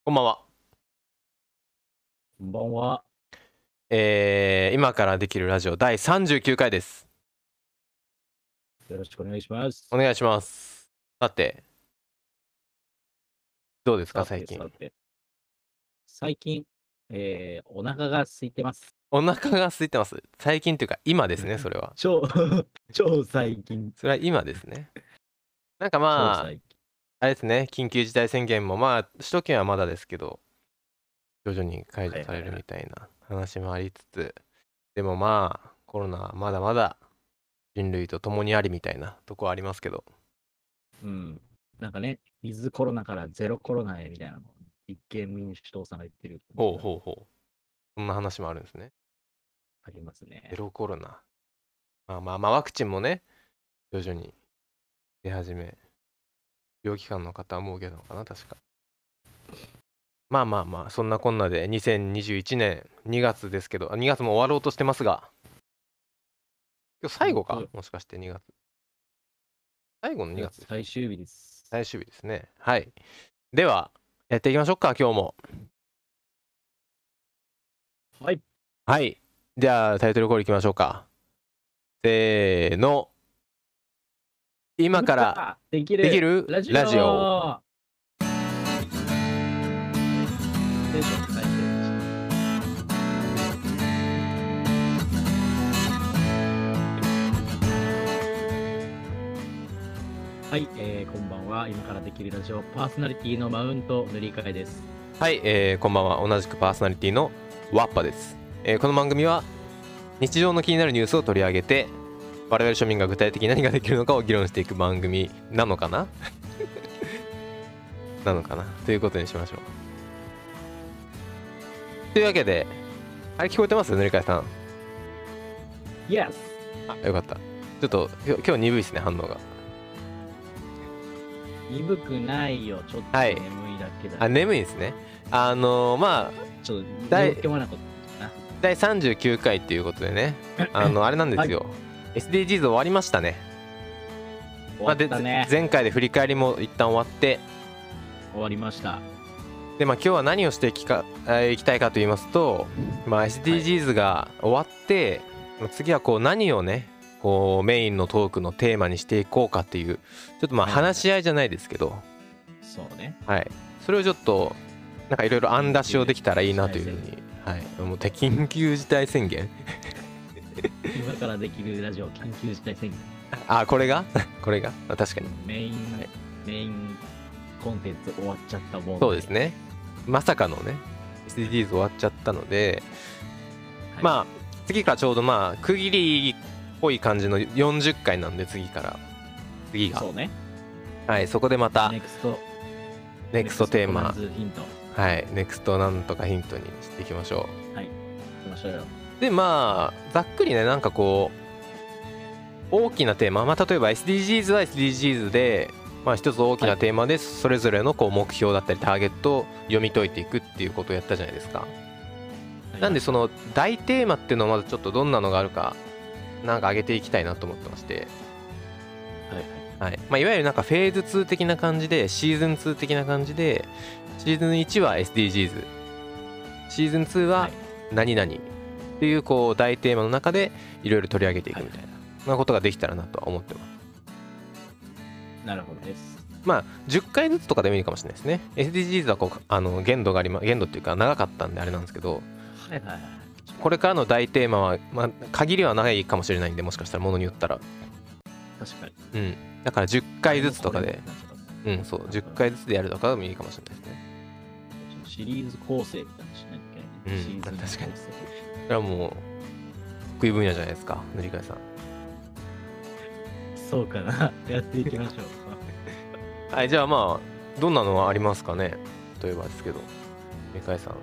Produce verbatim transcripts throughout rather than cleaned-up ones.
こんばんは。 こんばんは。 えー、今からできるラジオだいさんじゅうきゅうかいです。 よろしくお願いします。 お願いします。さて、どうですかさ最近。 てさて。最近、えー、お腹が空いてます。 お腹が空いてます。最近というか今ですね、それは。 超、超最近。 それは今ですね。なんか超まあ、 最近。 あれですね、緊急事態宣言もまあ、首都圏はまだですけど、徐々に解除されるみたいな話もありつつ、でもまあ、コロナはまだまだ人類と共にありみたいなとこはありますけど。 うん。なんかね、ウィズコロナからゼロコロナへみたいなの、立憲民主党さんが言ってる。 ほうほうほう。そんな話もあるんですね。 ありますね。 ゼロコロナ。まあまあまあ、ワクチンもね、徐々に出始め、医療機関の方はもう受けたのかな、確か。まあまあまあ、そんなこんなでにせんにじゅういちねんにがつですけど、あにがつも終わろうとしてますが、今日最後か本もしかしてにがつ。最後のにがつです。 最終日です。 最終日ですね。はい。では、やっていきましょうか、今日も。 はい。 はい。じゃあ、タイトルコールいきましょうか。せーの。今からできるできるラジオラジオ。 テンション変えてはい、えー、こんばんは。今からできるラジオパーソナリティのマウント塗り替えです。 はい、えー、こんばんは。同じくパーソナリティのワッパです。えー、この番組は日常の気になるニュースを取り上げて、我々庶民が具体的に何ができるのかを議論していく番組なのかななのかなということにしましょう。というわけで、あれ聞こえてます塗り替えさん。 Yes! あ、よかった。ちょっと今日今日鈍いですね、反応が。 鈍くないよ、ちょっとはい眠いだけだ。 あ、眠いですね。あのー、まあ、 ちょっと第状況もなかったな。 だいさんじゅうきゅうかいということでね、あの、あれなんですよ。エスディージーズ 終わりましたね。 終わったまあ、 ね。 で前回で振り返りも一旦終わって、 終わりました。 で、まあ、今日は何をしていきか、えーいきたいかと言いますと、まあ、エスディージーズ が終わって、まあ次はこう何をね、こうメインのトークのテーマにしていこうかっていう、ちょっとまあはいはいはい話し合いじゃないですけど、 そうね。 はい、それをちょっとなんかいろいろ案出しをできたらいいなというふうに、はい、もう緊急事態宣言今からできるラジオ緊急事態宣言。 あ、これがこれがあ確かにメイン、 はいメインコンテンツ終わっちゃったもん。 そうですね。まさかのね エスディージーズ 終わっちゃったので、 はい、 まあ次からちょうどまあ区切りっぽい感じのよんじゅっかいなんで、次から次がそうね。 はい、そこでまたネクスト、 ネクストテーマ、 ヒント。 はい、ネクストなんとかヒントにしていきましょはい、行きましょうよ。 う。でまあざっくりね、なんかこう大きなテーマ、まあ例えば エスディージーズ は エスディージーズ でまあ一つ大きなテーマでそれぞれのこう目標だったりターゲットを読み解いていくっていうことをやったじゃないですか。なんでその大テーマっていうのをまずちょっとどんなのがあるかなんか上げていきたいなと思ってまして、 はいはい、 はい、まあいわゆるなんかフェーズツー的な感じで、シーズンツー的な感じで、シーズンワンは エスディージーズ、シーズンツーは何々っていうこう大テーマの中でいろいろ取り上げていくみたいな、そんなことができたらなとは思ってます。 なるほどです。 まあじゅっかいずつとかでもいいかもしれないですね。 エスディージーズ はこうあの限度がありま限度っていうか長かったんであれなんですけど、 はいはいはい。 これからの大テーマは、まあ、限りはないかもしれないんで、もしかしたらものによったら確かに。 うん、だからじゅっかいずつとかで、うんそう、じゅっかいずつでやるとかでもいいかもしれないですね。 シリーズ構成みたいなしなきゃいけないね。 うんシーズン構成確かにそれはもう得意分野じゃないですか、塗り替えさん。 そうかな。やっていきましょう。 はい、じゃあまあどんなのはありますかね。例えばですけど、塗り替えさん。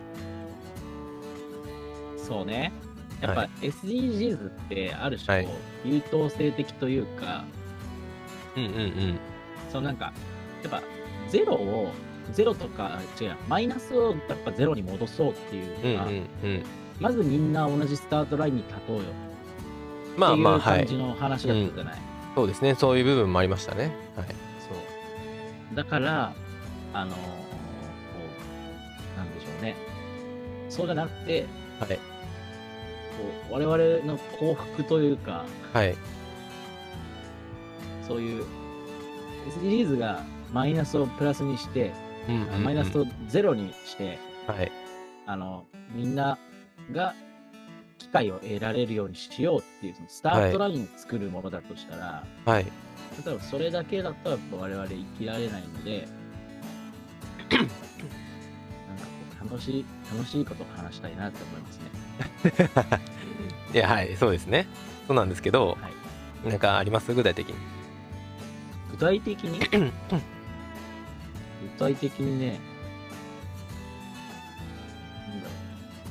そうね。やっぱはいエスディージーズ ってある種はいこう優等生的というか、 うんうんうんそのなんかやっぱゼロをゼロとか違うマイナスをやっぱゼロに戻そうっていうのが、 うんうんうんまずみんな同じスタートラインに立とうよまあまあっていうはい感じの話だったじゃない。 そうですね、そういう部分もありましたね。はいそうだからあのこなんでしょうね。そうじゃなくて、 はいこう我々の幸福というか、 はいそういう エスディージーズ がマイナスをプラスにして、 うんうんうんマイナスをゼロにして、 はいあのみんなが機会を得られるようにしようっていうそのスタートラインを作るものだとしたら、 はい例えばそれだけだとやっぱ我々生きられないので、なんかこう楽しい楽しいことを話したいなって思いますね。 いやはいそうですねそうなんですけど、 はい、 なんかあります具体的に。 具体的に具体的にね、なんだろ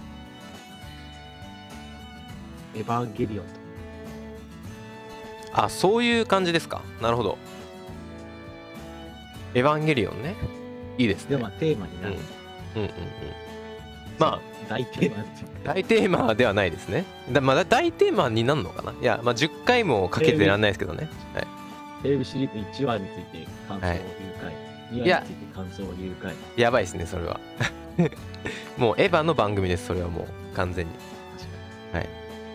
う、エヴァンゲリオンとか。 あ、そういう感じですか。なるほど。エヴァンゲリオンね。いいですね。 でもまあテーマになる。 うんうんうんうん。まあ大テーマっていうか大テーマではないですね。だまあ大テーマになるのかな。いやまあじゅっかいもかけてらんないですけどね。はい。 テレビシリーズいちわについて感想を言う回、にわについて感想を言う回。 やばいですねそれは。もうエヴァの番組ですそれはもう完全に。 確かに。 はい。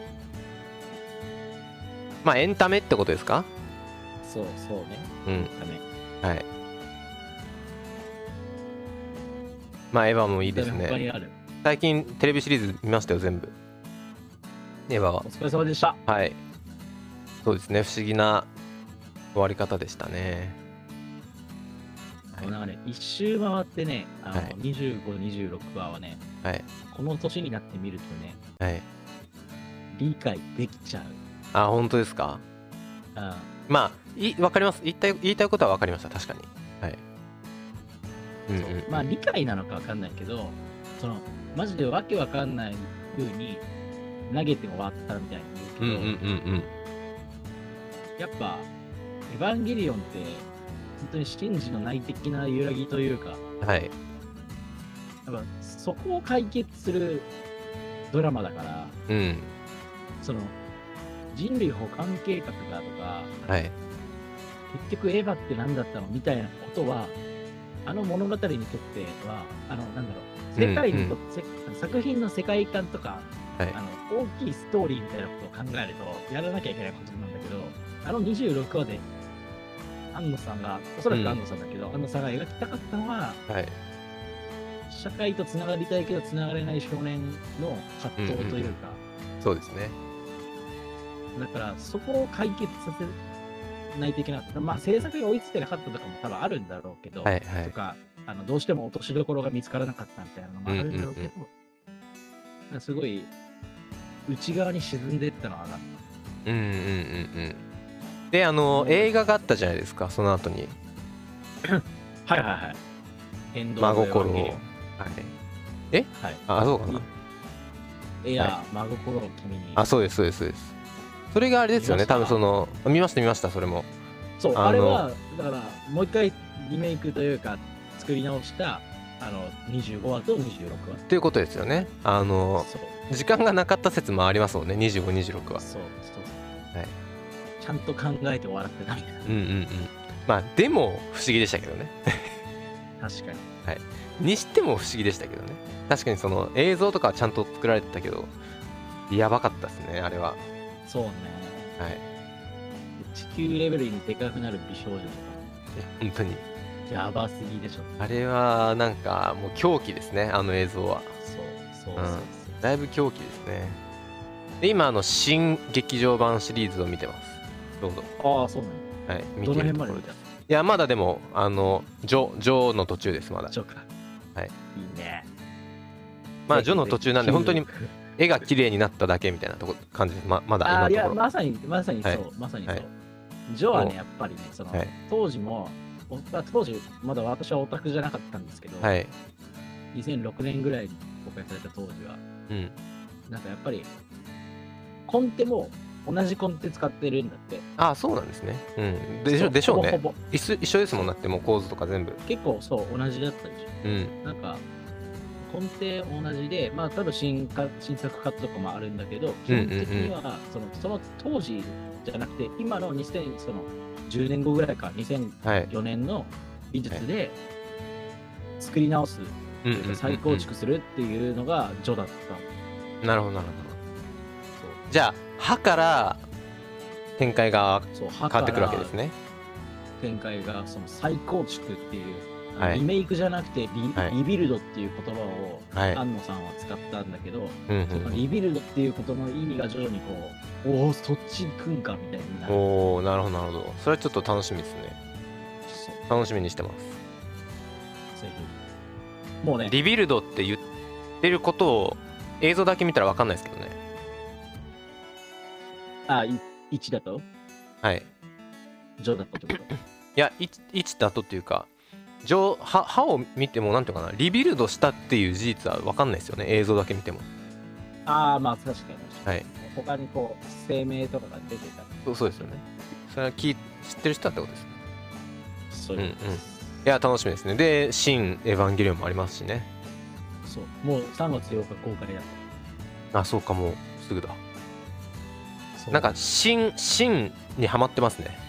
まあエンタメってことですか。 そうそうね。 うんダメ。 はい。まあエヴァもいいですね。 他にある。 最近テレビシリーズ見ましたよ全部。エヴァはお疲れ様でした。 はい。そうですね不思議な終わり方でしたね。 はい、なんかね、一周回ってね、あの、 はい、 にじゅうご、にじゅうろくわはね、 はい、 この年になってみるとね、 はい、 理解できちゃう。 あ本当ですか。 あまあい分かります。言いたい言いたいことは分かりました確かに。はい。 うんうん、まあ理解なのか分かんないけど、そのマジでわけわかんない風に投げて終わったみたいに言うけど、 うんうんうんうん、 やっぱエヴァンゲリオンって本当にシンジの内的な揺らぎというか、 はい。 やっぱそこを解決するドラマだから、 うん、 その人類保管計画だとか、 はい、 結局エヴァって何だったのみたいなことは、あの物語にとっては、あのなんだろう、世界にとって、うんうん、作品の世界観とか、はい、あの大きいストーリーみたいなことを考えるとやらなきゃいけないことなんだけど、あのにじゅうろくわで安野さんが、おそらく安野さんだけど、うん、安野さんが描きたかったのは、はい、社会とつながりたいけどつながれない少年の葛藤というか、 うんうん、そうですね。 だからそこを解決させないといけなかった。まあ制作に追いついてなかったとかも多分あるんだろうけど、はいはい、とかあのどうしても落としどころが見つからなかったみたいなのもあるんだろうけど、うんうんうん、すごい内側に沈んでいったのはな。 うんうんうんうん。であの、うん、映画があったじゃないですかその後に。 はいはいはい。 真心を。はい。え？はい。あそうかな。 いや、はい、真心を君に。 あそうですそうですそうです。それがあれですよね多分その見ました見ましたそれも。 そうあ, あれはだからもう一回リメイクというか作り直したあのにじゅうごわとにじゅうろくわっていうことですよね。あの時間がなかった説もありますもんねにじゅうご、にじゅうろくは。 そうそうそう。 はい。 ちゃんと考えて終わらせてたみたいな。 うんうんうん。まあでも不思議でしたけどね。 確かに。 はい。にしても不思議でしたけどね。確かにその映像とかはちゃんと作られてたけどやばかったですねあれは。 そうね。 はい。 地球レベルにでかくなる美少女とか。いや本当に。 やばすぎでしょ。 あれはなんかもう狂気ですねあの映像は。 そうそうそうそう、うん、 だいぶ狂気ですね。で今あの新劇場版シリーズを見てます。どうぞ。 ああそうなんだ。はい。 見てるところで。どの辺まで見た？ いやまだでもあのジョジョの途中ですまだ。 ジョか。 はい。 いいね。 まあジョの途中なんで本当に絵が綺麗になっただけみたいなとこ感じです。ままだ今のところ。 あいやまさにまさにそう、はい、まさにそう。はい、ジョはねやっぱりねその、はい、当時も当時まだ私はオタクじゃなかったんですけど、はい、にせんろくねんぐらいに公開された当時は、うん、なんかやっぱりコンテも同じコンテ使ってるんだって。 ああそうなんですね。うんでしょでしょうね。ほぼほぼ一緒ですもんなってもう構図とか全部結構そう同じだったでしょ。うん、なんかコンテ同じでまあ多分新か新作カットとかもあるんだけど基本的には、うんうんうん、そのその当時じゃなくて今のにせんじゅうねんごぐらいかにせんよねんの美術で作り直すというか再構築するっていうのが序だった。 なるほどなるほど。じゃあ歯から展開が変わってくるわけですね。 展開がその再構築っていう、 はい、 リメイクじゃなくてリ、 はい、 リビルドっていう言葉を安野さんは使ったんだけど、うんうんうん、そのリビルドっていうことの意味が徐々にこう、おおそっち行くんかみたいになる。 おお、なるほどなるほど。それはちょっと楽しみですね。楽しみにしてます。 ぜひ。もうね、 リビルドって言ってることを映像だけ見たら分かんないですけどね。 あ、いちだとはい。 ジョーだったってこといや、いちだとっていうか、ジョー、歯、歯を見てもなんていうかな、リビルドしたっていう事実は分かんないですよね、映像だけ見ても。 ああ、まあ確かに。 はい。 他にこう、声明とかが出てた。 そうそうですよね。それは聞知ってる人だってことですね。 そういうことです。 うんうん。いや、楽しみですね。で、新エヴァンゲリオンもありますしね。 そう。もうさんがつようか公開だった。 あ、そうか、もうすぐだ。なんか、新、新にハマってますね。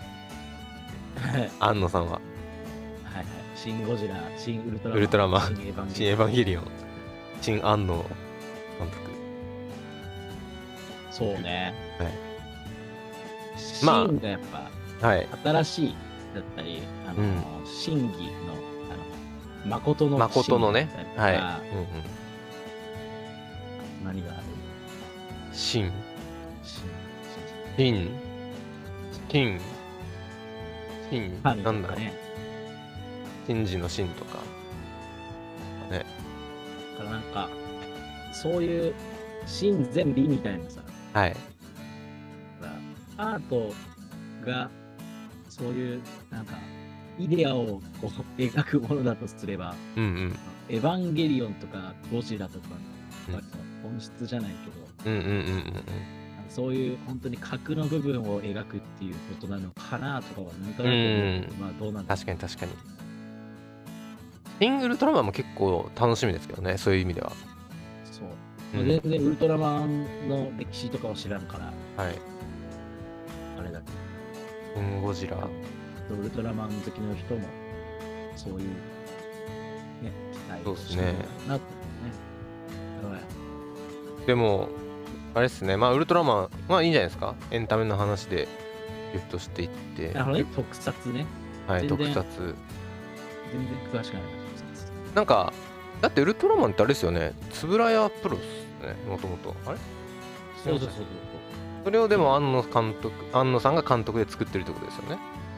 安野さんは。 はいはい。新ゴジラ、新ウルトラマン、 ウルトラマン、新エヴァンゲリオン、新安野監督。 そうね。 はい。 新がやっぱ、 はい、 新しいだったり、あの、うん、真偽の、あの、誠の誠のね。はい。うんうん。 何がある？ 真。真。真。真。なんだろう。真珠の真とか。ね。 だからなんか、そういう真善美みたいなさ。 はい。 アートが、そういう、なんか、イデアをこう描くものだとすれば、 うんうん、 エヴァンゲリオンとかゴジラとかの、うん、本質じゃないけど、 うんうんうんうん、 そういう本当に核の部分を描くっていうことなのかなとかはなんとなく思う。まあどうなんだろう。 確かに確かに。シン・ウルトラマンも結構楽しみですけどね、そういう意味では。 そう。うん、全然ウルトラマンの歴史とかを知らんから。 はい。 あれだけど。うん、ゴジラ。 ウルトラマン好きの人も、そういう、ね、期待をしてるなってね。 そうですね。 でも、あれですね、まあ、ウルトラマン、まあいいんじゃないですか。エンタメの話でギフトしていって。 なるほどね、特撮ね。 はい、特撮。 全然詳しくない。 なんか、だってウルトラマンってあれですよね、円谷プロですね、もともと。あれそうそうそうそう。 それをでも庵野監督、庵野さんが監督で作ってるってことですよね。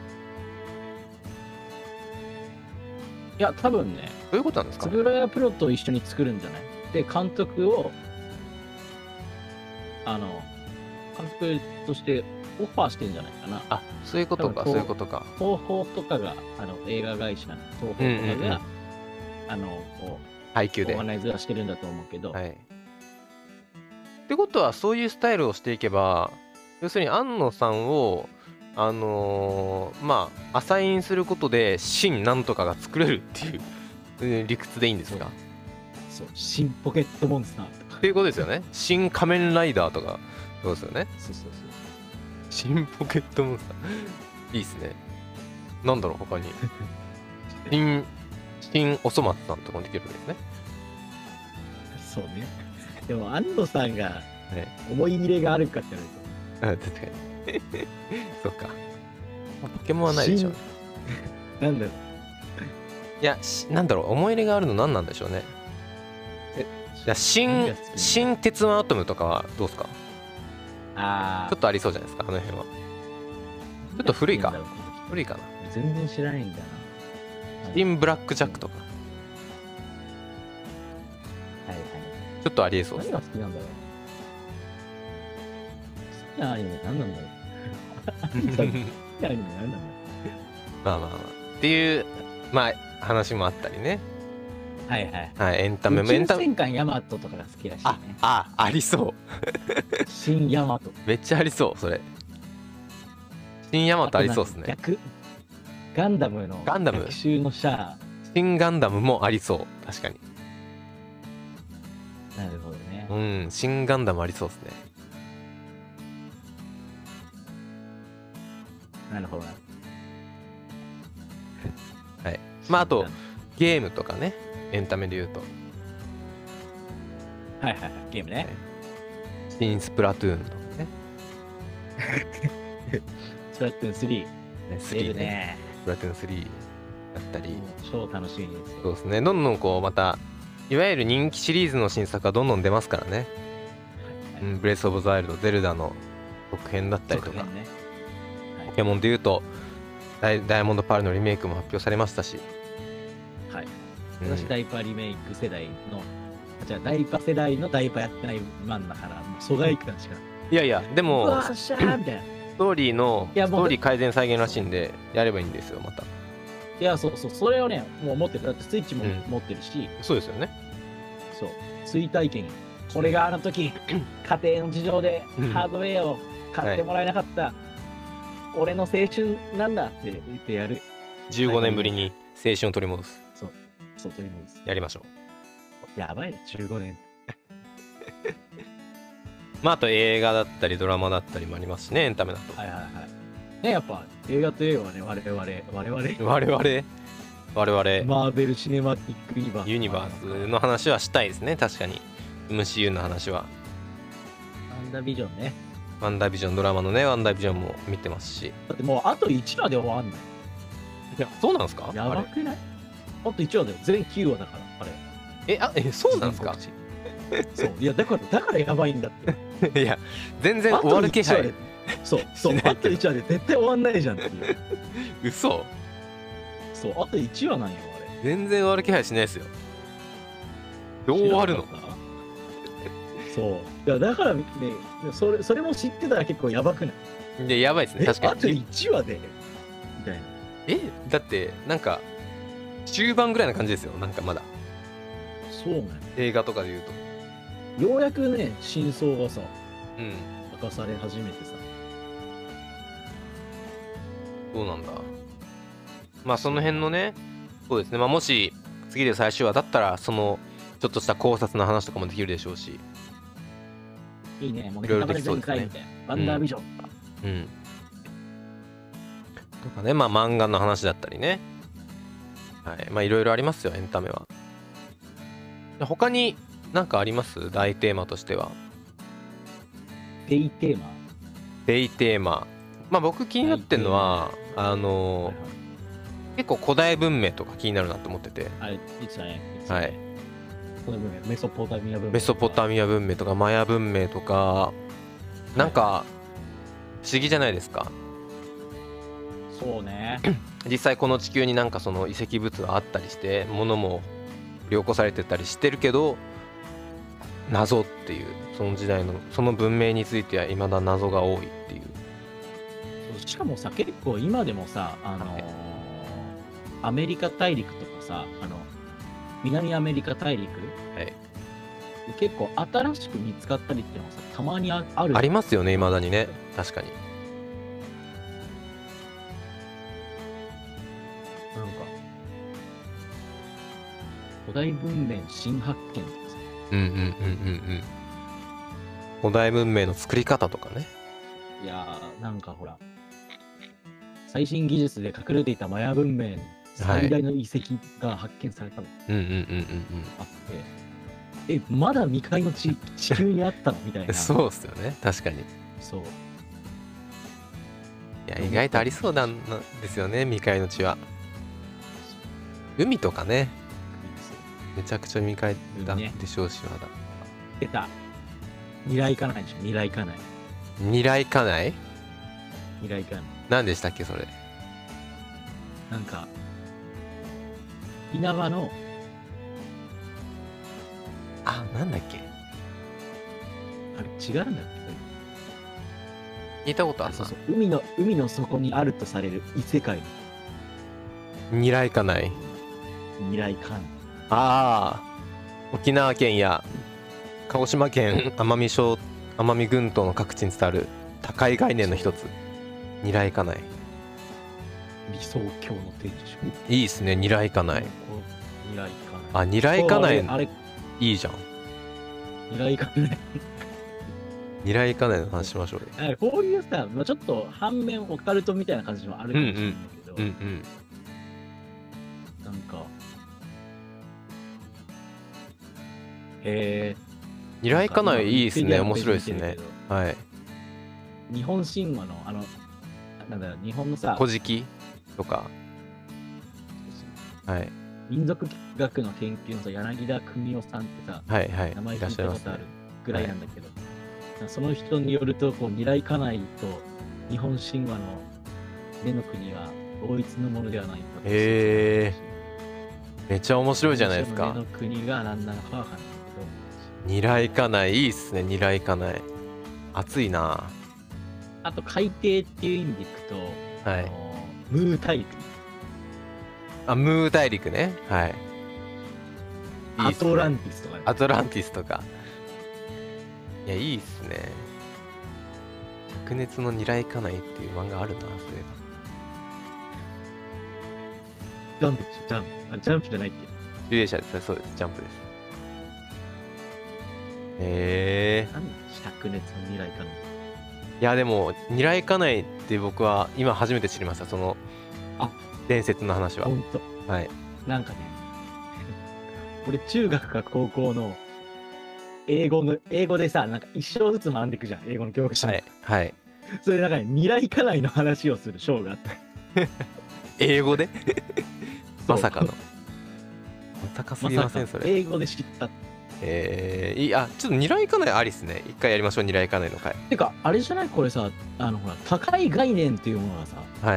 いや、多分ね。 どういうことなんですかね。 円谷プロと一緒に作るんじゃない？で、監督を、あの、監督としてオファーしてんじゃないかな。 あ、そういうことか、そういうことか。 東宝とかが、あの、映画会社の東宝とかが、うんうんうん、あの、こう、 配給で。 オーガナイズはしてるんだと思うけど。 はい。ってことは、そういうスタイルをしていけば、要するに庵野さんを、あのー、まあ、アサインすることで、新なんとかが作れるっていう理屈でいいんですか？ そう、新ポケットモンスターとか。 っていうことですよね。新仮面ライダーとか、そうですよね。 そうそうそう。 新ポケットモンスター。いいっすね。なんだろう、他に。新、新おそ松さんとかもできるわけですね。 そうね。でも、安藤さんが思い入れがあるかって言われると。確かに。そっか。ポケモンはないでしょうね。 なんだろう。 いや、なんだろう、思い入れがあるの何なんでしょうね。え、じゃあ、新、新鉄腕アトムとかはどうですか？ ああ。 ちょっとありそうじゃないですか、あの辺は。ちょっと古いか。古いかな。 全然知らないんだな。 新ブラックジャックとか。 はいはい。 ちょっとありえそうです。 何が好きなんだろう。好きなアニメ何なんだろう。好きなアニメ何なんだろう。 まあまあまあ。っていう、まあ、話もあったりね。 はいはい。 はい、エンタメもエンタメ。 宇宙戦艦ヤマトとかが好きらしいね。 あ、あ、ありそう。 新ヤマト。 めっちゃありそう、それ。新ヤマトありそうですね。 逆。ガンダムのガンダム逆襲のシャア。 新ガンダムもありそう、確かに。 なるほどね。 うん、新ガンダムありそうですね。 なるほど。 はい。まあ、あと、ゲームとかね。 エンタメで言うと。 はいはいはい、ゲームね。 新スプラトゥーンとかね。 スプラトゥーンスリー。 ね出るね。 スプラトゥーンスリーだったり。 超楽しみですよ。 そうですね。どんどんこうまたいわゆる人気シリーズの新作がどんどん出ますからね。 はいはい、 うん、ブレスオブザワイルド、ゼルダの続編だったりとか、 ね、はい、 ポケモンでいうとダイダイヤモンドパールのリメイクも発表されましたし。 はい。 うん、 私ダイパリメイク世代の、じゃあダイパ世代のダイパやってないマンだから、疎外感しか。 いやいや、でも、 うわーしゃーみたいな。 ストーリーの、 いやストーリー改善再現らしいんで、やればいいんですよ、また。 いや、そうそう、それをね、もう持ってる。だってスイッチも持ってるし、 うん、そうですよね。 そう、追体験。これがあの時、家庭の事情でハードウェアを買ってもらえなかった、はい、俺の青春なんだって言ってやる。 じゅうごねんぶりに青春を取り戻す。 そう、そう取り戻す。 やりましょう。やばいね、じゅうごねん。 まあ、あと映画だったりドラマだったりもありますしね、エンタメだと。 はいはいはい。ね、やっぱ映画といえばね、我々、我々、 我々、我々、 マーベル・シネマティック・ユニバース。 ユニバースの話はしたいですね、確かに。エムシーユー の話は。 ワンダービジョンね。 ワンダービジョン、ドラマのね、ワンダービジョンも見てますし。 だってもうあといちわで終わんない。 いや、そうなんですか？ やばくない？あといちわだよ。全きゅうわだから、あれ。 え、あ、え、そうなんですか？ そう。いや、だから、だからやばいんだって。 いや、全然終わる気配。 そう、そう、あといちわで絶対終わんないじゃんっていう。 嘘？ そう、あといちわなんよ、あれ。 全然終わる気配しないですよ。どう終わるの？ そう。いや、だからね、それ、それも知ってたら結構やばくない？ で、やばいですね、確かに。 あといちわでみたいな。 え、だって、なんか、中盤ぐらいな感じですよ、なんかまだ。 そうなんよ。 映画とかで言うと。ようやくね、真相がさ、 うん。 明かされ始めてさ。 そうなんだ。まあ、その辺のね、そうですね、まあ、もし、次で最終話だったら、その、ちょっとした考察の話とかもできるでしょうし。 いいね、もういろいろできそうですね。 ワンダービジョンとか。 うん。うん。とかね、まあ漫画の話だったりね。はい。まあいろいろありますよ、エンタメは。他に何かあります？大テーマとしては。 デイテーマデイテーマ。まあ僕気になってるのは、あのーはいはい、結構古代文明とか気になるなと思ってて。 あれ、いつだね。 はい。 メソポタミア文明。 メソポタミア文明とかマヤ文明とか、なんか不思議じゃないですか。 そうね。 実際この地球になんかその遺跡物があったりして物も掘り起こされてたりしてるけど謎っていうその時代のその文明については未だ謎が多いっていう。 そうしかもさ結構今でもさあのーはい、アメリカ大陸とかさあの南アメリカ大陸、はい、結構新しく見つかったりっていうのがさたまに あ, あるありますよね未だにね。確かになんか古代文明新発見とかさうんうんうんうんうん古代文明の作り方とかね。 いやーなんかほら最新技術で隠れていたマヤ文明最大の遺跡が発見されたの、 うんうんうんうんうんあってえまだ未開の地地球にあったのみたいなそうっすよね確かに。 そういや意外とありそうなんですよね未開の地は。海とかねめちゃくちゃ未開だでしょうし、まだ出た未来かないでしょ。未来かない未来かない未来かない何でしたっけそれ。 なんか沖縄のあなんだっけあれ違うんだっけ聞いたことあるな。 そうそう海の海の底にあるとされる異世界未来かない未来かないああ沖縄県や鹿児島県奄美小奄美群島の各地に伝わる高い概念の一つ未来かない。 理想郷の天使いいっすね未来かない未来かないあ未来かないあれいいじゃん未来かない未来かないの話しましょうよ。 こういうさ、まあ、ちょっと反面オカルトみたいな感じもあるかもしれないけど、 うんうんうんうん、 なんかへえ。 未来かなりいいですね。面白いですね。はい。 日本神話のあのなんだろう、日本のさ、 古事記とか、はい。 民族学の研究のさ、柳田邦夫さんってさ、 はいはい、 名前聞いいらっしゃいますね。 たことあるぐらいなんだけど、はい、その人によると、こう未来家内と日本神話の目の国は同一のものではないかと。 へえ。めっちゃ面白いじゃないですか。 目の国が何なのかわかんないけど。未来家内いいっすね、未来家内。熱いな。 あと海底っていう意味でいくと、 はい、 あのムー大陸。 あ、ムー大陸ね。はい。 アトランティスとか、ね、 アトランティスとか。いや、いいっすね。灼熱の未来家内っていう漫画あるな、そういえば。ジャンプ、ジャンプ。あ、ジャンプじゃないっけ？ 集英社ですね、そうです。ジャンプです。へえ。 何？灼熱の未来家内。 いや、でも、未来家内って僕は今初めて知りました、その、 あ、 伝説の話は。 ほんと。 はい。 なんかね、俺中学か高校の英語の、英語でさ、なんか一章ずつ学んでいくじゃん、英語の教科書。 はい。はい。 それなんかね、未来家内の話をする章があった。 英語でまさかの。まさかすぎません、それ。 英語で知った。 えー、いい、あ、ちょっと未来家内ありっすね。一回やりましょう、未来家内の回。 てか、あれじゃないこれさ、あの、ほら、高い概念っていうものがさ、 はい。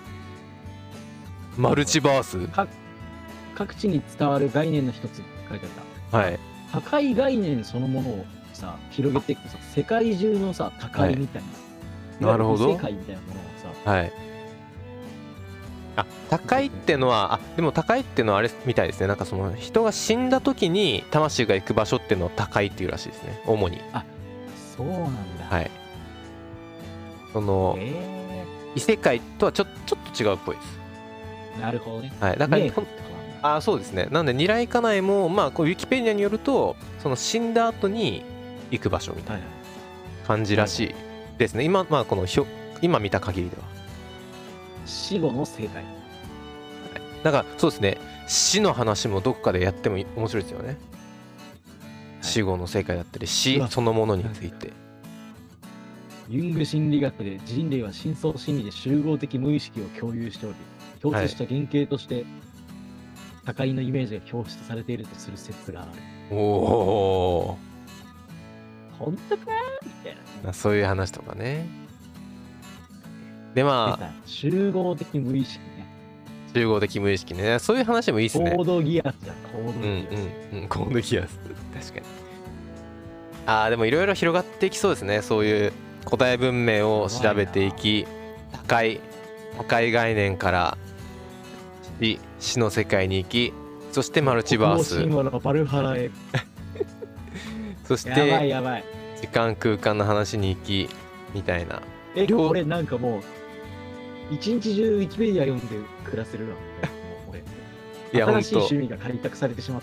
マルチバース各地に伝わる概念の一つって書いてあった。 はい。 高い概念そのものをさ、広げていくとさ、世界中のさ、高いみたいな。 はい、なるほど。 世界みたいなものをさ、 はい。あ、高いってのは、あ、でも高いってのはあれみたいですね。なんかその人が死んだ時に魂が行く場所っていうのを高いっていうらしいですね。主に。 あ、そうなんだ。 はい。その、 えー、異世界とはちょちょっと違うっぽいです。 なるほどね。 はい。だから、あ、そうですね。なんで未来家内も、まあ、こうウィキペディアによると、その死んだ後に行く場所みたいな感じらしいですね。今、まあ、このひょ今見た限りでは。 死後の世界。 だからそうですね、死の話もどこかでやっても面白いですよね。はい、死後の世界だったり死そのものについて。 ユング心理学で人類は深層心理で集合的無意識を共有しており、共通した原型として、はい、高いのイメージが表出されているとする説がある。 おお。 本当かみたいな。 そういう話とかね。でまあ集合的無意識ね。 集合的無意識ね。そういう話もいいっすね。 コードギアスじゃん。コードギアス。 うんうんうん。コードギアス。確かに。ああ、でもいろいろ広がっていきそうですね。そういう古代文明を調べていき、高い高い概念から死死の世界に行き、そしてマルチバース。 神話のバルハラへ。 そしてやばいやばい。 時間空間の話に行きみたいな。 え、俺なんかもう一日中ウィキペディア読んで暮らせるな。もう俺。いや、新しい趣味が開拓されてしまった。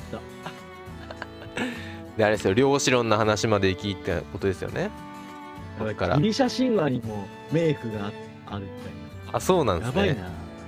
であれですよ、量子論の話まで行きってことですよね。 だからギリシャ神話にも冥府があるみたいな。あ、そうなんですね。 やばいな。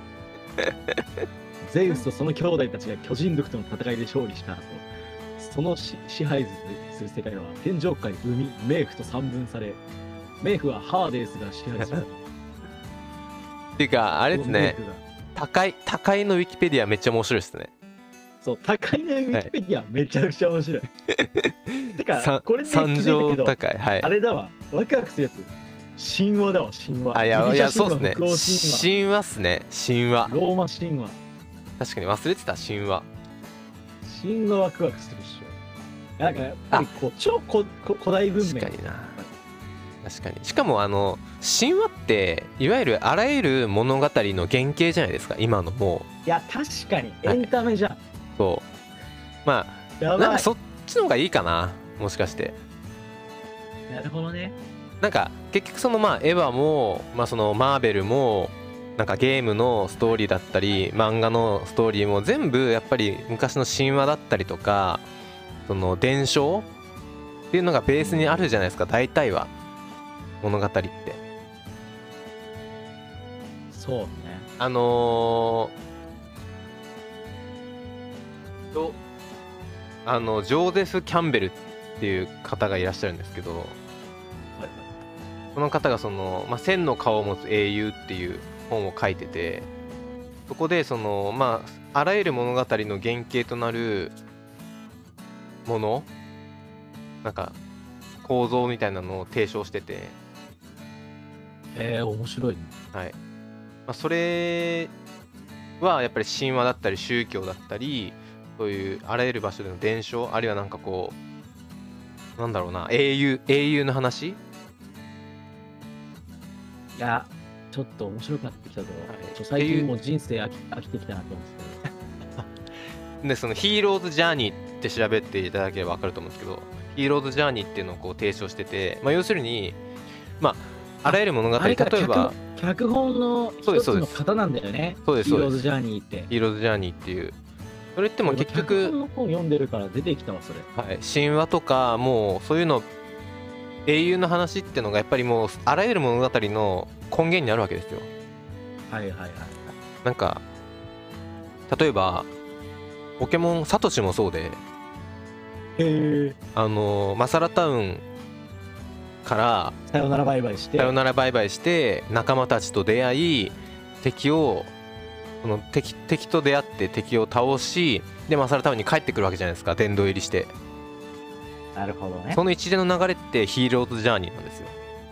ゼウスとその兄弟たちが巨人族との戦いで勝利した後、その支配する世界は天上界、海、冥府と三分され、冥府はハーデースが支配する。 っていうか、あれですね、高い、高いのウィキペディアめっちゃ面白いですね。 そう、高いのウィキペディアめちゃくちゃ面白い。てか、これで三条高い、はい。 あれだわ、ワクワクするやつ。神話だわ、神話。 あ、いや、いや、そうですね。神話っすね、神話。 ローマ神話。 確かに忘れてた、神話。 神話ワクワクするっしょ。なんか、やっぱりこう、超古代文明。 確かにな。確かに。しかも、あの、神話って、いわゆるあらゆる物語の原型じゃないですか、今のもう。いや、確かに、エンタメじゃん。はい、 そう。まあ、なんかそっちの方がいいかな、もしかして。 なるほどね。 なんか結局そのまあエヴァもまあそのマーベルもなんかゲームのストーリーだったり漫画のストーリーも全部やっぱり昔の神話だったりとかその伝承っていうのがベースにあるじゃないですか、大体は物語って。 そうね。 あのー、 あのジョーゼフ・キャンベルっていう方がいらっしゃるんですけど、 はいはい。 その方がその、まあ、千の顔を持つ英雄っていう本を書いてて、そこでその、まあ、あらゆる物語の原型となるもの、なんか構造みたいなのを提唱してて、 えー、面白いね。 はい、まあ、それはやっぱり神話だったり宗教だったり、そういうあらゆる場所での伝承、あるいはなんかこうなんだろうな、英雄英雄の話。 いや、ちょっと面白くなってきたぞ。 はいちょ最近もう人生飽き飽きてきたなと思ってたでそのヒーローズジャーニーって調べていただければ分かると思うんですけど、ヒーローズジャーニーっていうのをこう提唱してて、まあ、要するに、まあ、あらゆる物語、 あれか例えば脚脚本のそうですそうです一つの型なんだよね。 そうですそうですヒーローズジャーニーって。 ヒーローズジャーニーっていう、それってもう結脚局、 本の本読んでるから出てきたわ、それ。 はい、神話とかもうそういうの英雄の話っていうのがやっぱりもうあらゆる物語の根源にあるわけですよ。 はいはいはい。 なんか例えばポケモンサトシもそうで、 へえ。 あのマサラタウンからさよならバイバイして。 さよならバイバイして仲間たちと出会い、敵をその 敵, 敵と出会って敵を倒し、でマサラタウンに帰ってくるわけじゃないですか、殿堂入りして。 なるほどね。 その一連の流れってヒーローズジャーニーなんですよ。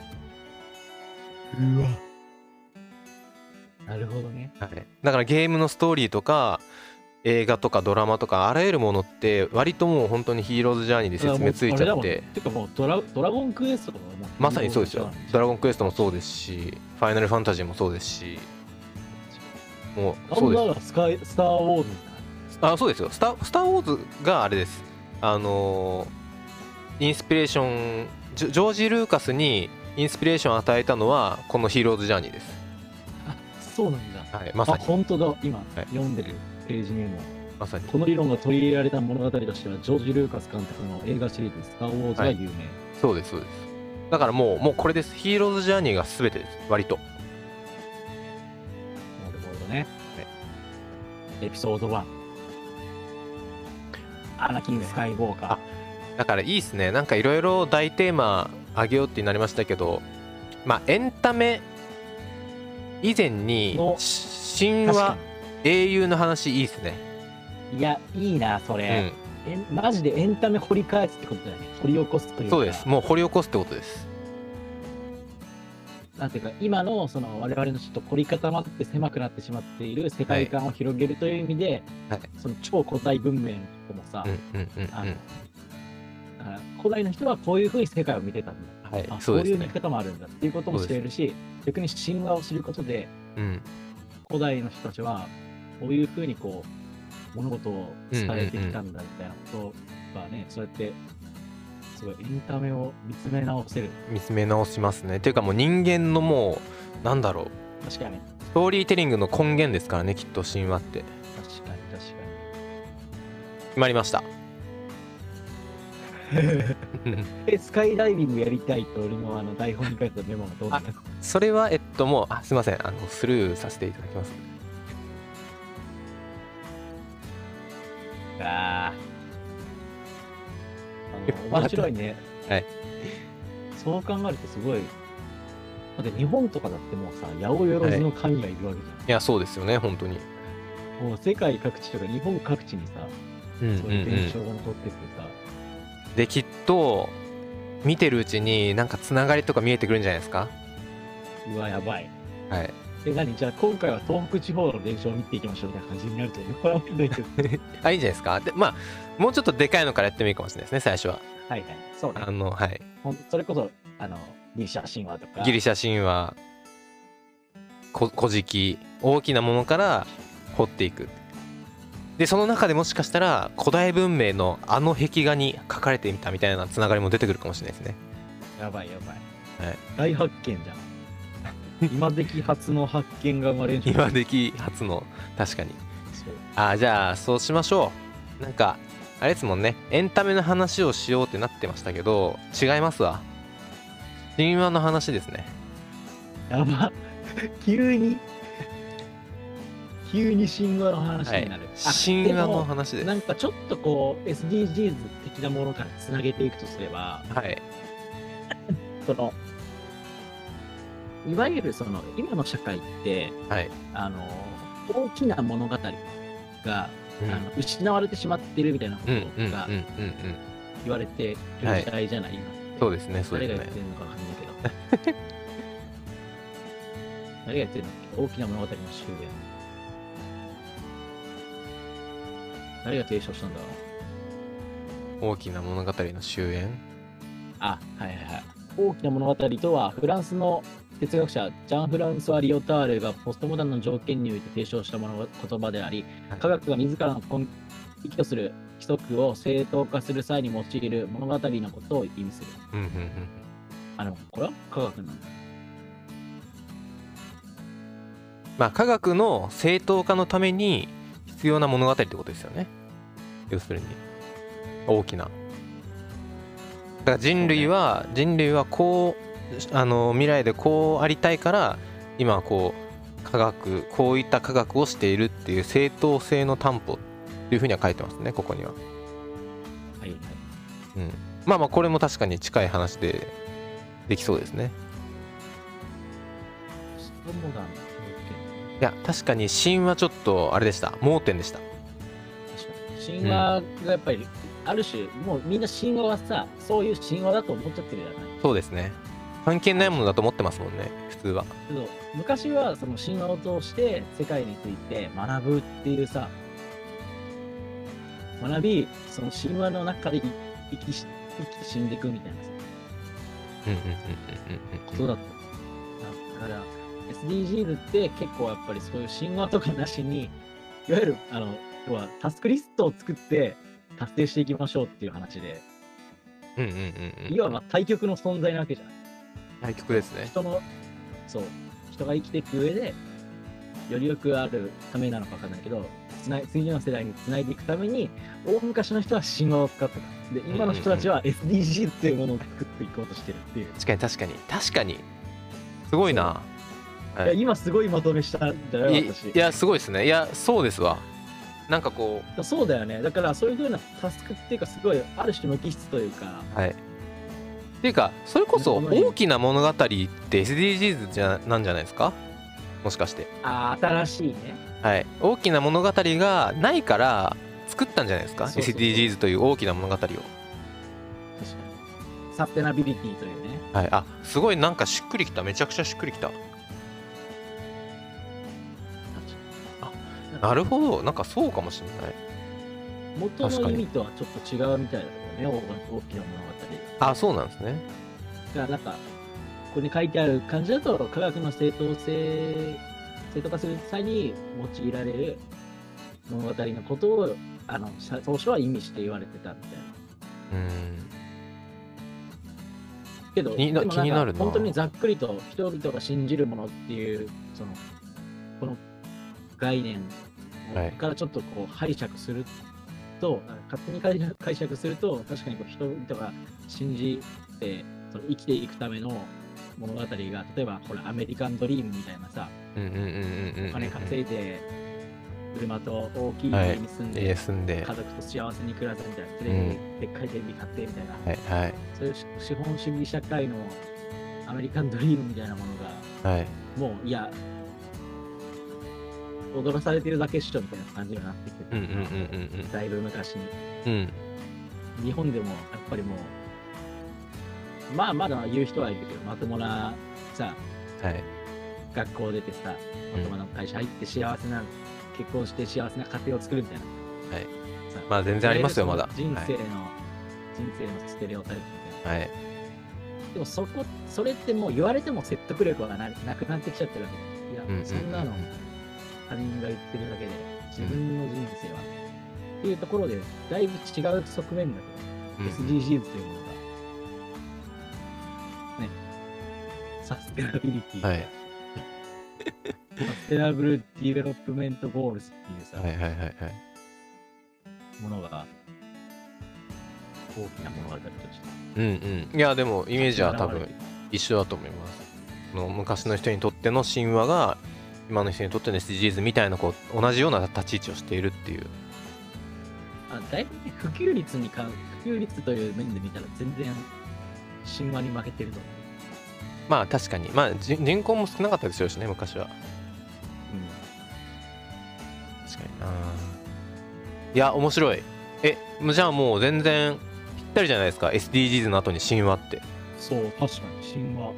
うわ。なるほどね。 はい、だからゲームのストーリーとか映画とかドラマとかあらゆるものって割ともう本当にヒーローズジャーニーで説明ついちゃって。 てかもうドラドラゴンクエストとかもまさにそうですよ。ドラゴンクエストもそうですし、ファイナルファンタジーもそうですし、もうそうです。 スカイスター・ウォーズみたいな。 あ、そうですよ。スター・スター・ウォーズがあれです。あのーインスピレーション、ジョジョージ・ルーカスにインスピレーションを与えたのはこのヒーローズジャーニーです。 あ、そうなんだ。 はい、まさに。 あ、本当だ。今、 はい読んでるページにも。 まさに。 この理論が取り入れられた物語としては、ジョージ・ルーカス監督の映画シリーズ、スター・ウォーズが有名。 そうです、そうです。だからもう、もうこれです。ヒーローズジャーニーが全てです。割と。 なるほどね。エピソードワン。アナキン・スカイ・ウォーカー。 あ、だからいいですね。なんかいろいろ大テーマあげようってなりましたけど、まあエンタメ以前にのし神話英雄の話いいですね。 いや、いいな、それ。えんマジでエンタメ掘り返すってことだよね。掘り起こすというか。 そうです。もう掘り起こすってことです。 なんていうか、今のその我々のちょっと凝り固まって狭くなってしまっている世界観を広げるという意味で、 はい、 その超古代文明の人もさ、古代の人はこういうふうに世界を見てたんだ。はい、あ、そういう見方もあるんだっていうことも知れるし、逆に神話を知ることで、うん、古代の人たちはこういうふうにこう物事を伝えてきたんだみたいなことがね、そうやってすごいエンタメを見つめ直せる。 見つめ直しますね。っていうかもう人間のもうなんだろう。 確かに。 ストーリーテリングの根源ですからね、きっと神話って。 確かに確かに。 決まりました。 え、スカイダイビングやりたいと俺のあの台本に書いたメモがどうなったの？ それはえっともうあすいません、あのスルーさせていただきます。 ああ面白いね。 はい。 そう考えるとすごい。だって日本とかだってもうさ、八百万の神がいるわけじゃん。 はい、いやそうですよね、本当に。 もう世界各地とか日本各地にさ、そういう伝承が残っててさ。 できっと見てるうちになんかつながりとか見えてくるんじゃないですか。 うわやばい。 はい。 え、何じゃあ今回は東北地方の伝承を見ていきましょうみたいな感じになるとこれはないけどあ、いいんじゃないですか。でまあもうちょっとでかいのからやってもいいかもしれないですね、最初は。 はいはい、そうね。 あのはい。 それこそあのギリシャ神話とか。 ギリシャ神話、こ古事記、大きなものから掘っていく。でその中でもしかしたら古代文明のあの壁画に書かれてみたみたいなつながりも出てくるかもしれないですね。 やばいやばい、 はい、 大発見じゃん。今的初の発見が生まれる。 今的初の、確かに。あ、じゃあそうしましょう。なんかあれですもんね、エンタメの話をしようってなってましたけど違いますわ。神話の話ですね。 やば急に急に神話の話になる。 はい、神話の話です。 なんかちょっとこう エスディージーズ 的なものからつなげていくとすれば、 はい、 そのいわゆるその今の社会って、 はい、 あの大きな物語が、うん、あの失われてしまっているみたいなことが言われている時代じゃない、今って。 そうですね、そうですね。 誰が言ってるのかわかんないけど。誰が言ってるのっけ、大きな物語の終焉。誰が提唱したんだろう。大きな物語の終焉。 あ、はいはいはい。大きな物語とは、フランスの哲学者ジャン・フランソワ・リオタールがポストモダンの条件において提唱したもの言葉であり、はい、科学が自らの根拠とする規則を正当化する際に用いる物語のことを意味する。 うんうんうん、 あの、これは科学なんだ。 まあ、科学の正当化のために必要な物語ってことですよね。要するに大きな。だから人類は、ね、人類はこうあの未来でこうありたいから今はこう科学こういった科学をしているっていう正当性の担保っていうふうには書いてますね、ここには。 はいはい。 うん。まあまあこれも確かに近い話でできそうですね。 そうなんだ。 いや確かに神話ちょっとあれでした、盲点でした。 確かに神話がやっぱり、うん、ある種もうみんな神話はさ、そういう神話だと思っちゃってるじゃない。 そうですね、関係ないものだと思ってますもんね、普通は。 けど昔はその神話を通して世界について学ぶっていうさ、学び、その神話の中で生きし生き死んでいくみたいなさ、 うんうんうんうんうんことだった。だからエスディージーズ って結構やっぱりそういう神話とかなしに、いわゆるあの要はタスクリストを作って達成していきましょうっていう話で、 うんうんうんうん、 いわば対極の存在なわけじゃない。 対極ですね。 人のそう人が生きていく上でよりよくあるためなのか分かんないけど、つない次の世代につないでいくために、大昔の人は神話を使ってた。で今の人たちは エスディージーズ っていうものを作っていこうとしてるっていう。 確かに確かに確かにすごいな。 はい、いや今すごいまとめしたんだよ私。 いやすごいですね。いやそうですわ。なんかこうそうだよね。だからそういう風なタスクっていうか、すごいある種無機質というか、 はい。っていうかそれこそ大きな物語って エスディージーズ じゃなんじゃないですか、もしかして。 ああ新しいね。 はい、大きな物語がないから作ったんじゃないですか。 そうそうそうエスディージーズ という大きな物語を。確かにサステナビリティというね。 はい、あすごいなんかしっくりきた、めちゃくちゃしっくりきた。なるほど、なんかそうかもしれない。 元の意味とはちょっと違うみたいだけどね、大きな物語。 あ、そうなんですね。 だからなんか、ここに書いてある感じだと、科学の正当性、正当化する際に用いられる物語のことを、あの、当初は意味して言われてたみたいな。 うん。 けど、 気にな、気になるな。 本当にざっくりと人々が信じるものっていう、その、この概念からちょっとこう拝借すると、はい、勝手に解釈すると、確かにこう人々が信じてその生きていくための物語が、例えばほらアメリカンドリームみたいなさ、お金稼いで車と大きい家に住んで、はい、 住んで家族と幸せに暮らすみたいな、テレビ、うん、でっかいテレビ買ってみたいな、はいはい、そういう資本主義社会のアメリカンドリームみたいなものが、はい、もういや踊らされてるだけっしょみたいな感じになってきてた、だいぶ昔に、うん、日本でもやっぱりもうまあまだ言う人はいるけど、まともなさ、はい、学校出てさ、まともな会社入って幸せな、うん、結婚して幸せな家庭を作るみたいな、はい、 さまあ全然ありますよまだ人生の、はい、人生のステレオタイプみたいな、はい、でもそこそれってもう言われても説得力が な, なくなってきちゃってるわけ。いや、うんうんうん、そんなの他人が言ってるだけで自分の人生は、うん、っていうところでだいぶ違う側面だけど、うん、エスディージーズ というものがね、サステナビリティ、はい、サステナブルディベロップメントゴールズっていうさ、はいはいはいはい、ものが大きな物語として、 うんうん、いやでもイメージは多分一緒だと思います。の昔の人にとっての神話が今の人にとっての エスディージーズ みたいなこう同じような立ち位置をしているっていう。 あだいぶね普及率にか普及率という面で見たら全然神話に負けてると思う。 まあ確かにまあ人人口も少なかったでしょうしね昔は。 うん、 確かにないや面白い。えじゃあもう全然ぴったりじゃないですか エスディージーズ の後に神話って。 そう確かに神話、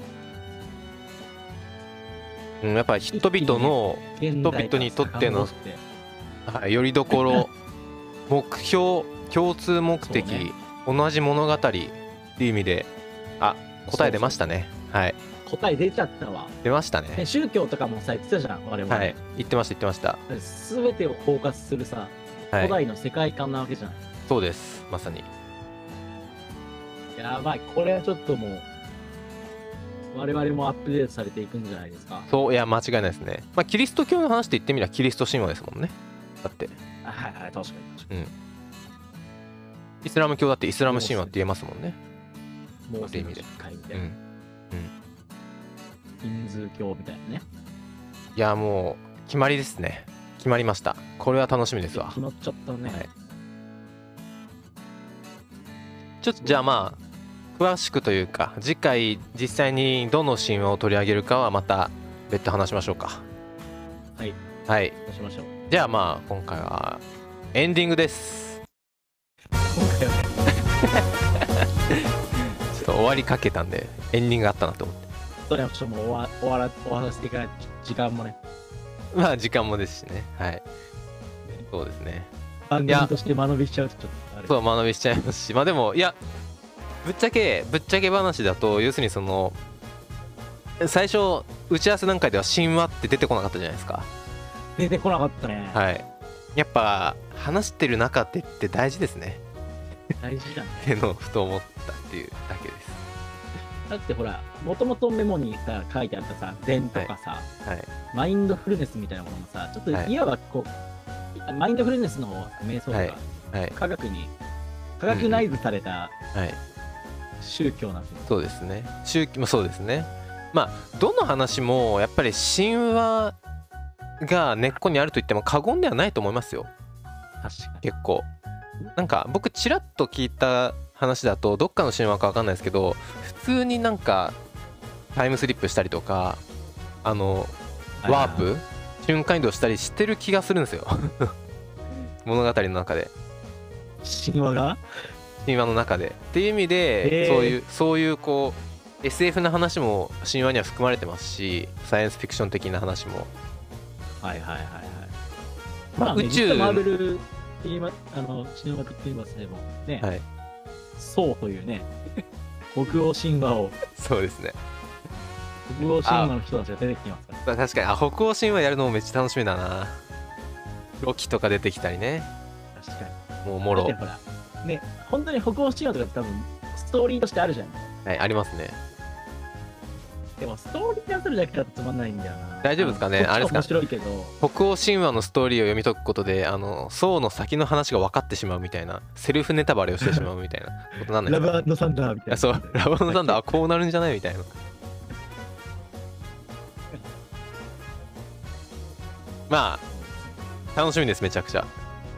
うん、やっぱり人々の人々にとっての、はい、よりどころ目標共通目的、ね、同じ物語っていう意味であ答え出ましたね。はい、 答え出ちゃったわ。 出ましたね。 宗教とかもさ言ってたじゃん我々。 はい言ってました言ってました。 全てを包括するさ、はい、古代の世界観なわけじゃん。 そうですまさに。 やばいこれはちょっともう我々もアップデートされていくんじゃないですか。 そういや間違いないですね。まあキリスト教の話って言ってみればキリスト神話ですもんねだって。 はいはい確かに確かに、うん、 イスラム教だってイスラム神話って言えますもんね。 もうそういう意味でみたいな、うんヒンズー教みたいなね。 いやもう決まりですね。決まりました。これは楽しみですわ。 決まっちゃったね、はい、 ちょっとじゃあまあ詳しくというか次回実際にどの神話を取り上げるかはまた別途話しましょうか。 はいはい話しましょう。 じゃあまあ今回はエンディングです。 今回はちょっと終わりかけたんでエンディングがあったなと思って。 それはちょっともう終わ終わら終わらせていかない時間もね。 まあ時間もですしね。はい。そうですね。 番組として間延びしちゃうとちょっとあれ。 そう間延びしちゃいますし、まあでもいやぶっちゃけぶっちゃけ話だと要するにその最初打ち合わせ段階では神話って出てこなかったじゃないですか。 出てこなかったね。 はい。やっぱ話してる中でって大事ですね。 大事だね。 ってのをふと思ったっていうだけです。 だってほらもともとメモにさ書いてあったさ禅とかさ、 はいはい、 マインドフルネスみたいなものもさちょっといわばこう、はい、マインドフルネスの瞑想とか、はいはい、科学に科学ナイズされた宗教なんですよ、 うん、そうですね宗教もそうですね。まあどの話もやっぱり神話が根っこにあると言っても過言ではないと思いますよ。 確かに結構なんか僕ちらっと聞いた話だとどっかの神話か分かんないですけど普通になんかタイムスリップしたりとかあのワープ瞬間移動したりしてる気がするんですよ物語の中で。 神話が神話の中でっていう意味で、えー、そういうそういうこう エスエフ な話も神話には含まれてますしサイエンスフィクション的な話もはいはいはいはい。まあ、ね、宇宙マーベルって言いまあの神話って言いますねもうね。はい。そうというね北欧神話をそうですね北欧神話の人たちが出てきますから。 確かにあ北欧神話やるのもめっちゃ楽しみだな。ロキとか出てきたりね。 確かにもうもろほらね本当に北欧神話とかって多分ストーリーとしてあるじゃん。 はいありますね。 でもストーリーにするだけだとつまんないんだよな。 大丈夫ですかね。あれですか。 面白いけど北欧神話のストーリーを読み解くことであの宋の先の話が分かってしまうみたいなセルフネタバレをしてしまうみたいなことなんないですか。 ラブ&サンダーみたいな。 そうラブ&サンダーこうなるんじゃないみたいなまあ楽しみですめちゃくちゃ。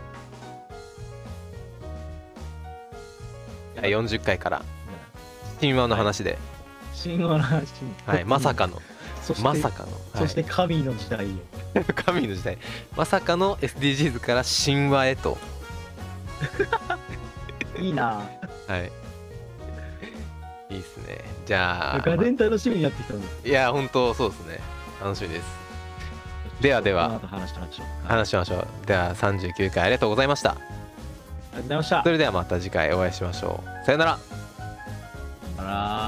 よんじゅっかいから神話の話で、はい神話の話、 はい、まさかのまさかの、 はい、そして神の時代神の時代まさかの エスディージーズ から神話へといいなはいいいっすね。じゃあガデン楽しみになってきたんです。 いや本当そうですね楽しみです。ではでは話しましょう話しましょう。ではさんじゅうきゅうかいありがとうございました。 ありがとうございました。 それではまた次回お会いしましょう。さよなら。 さよなら。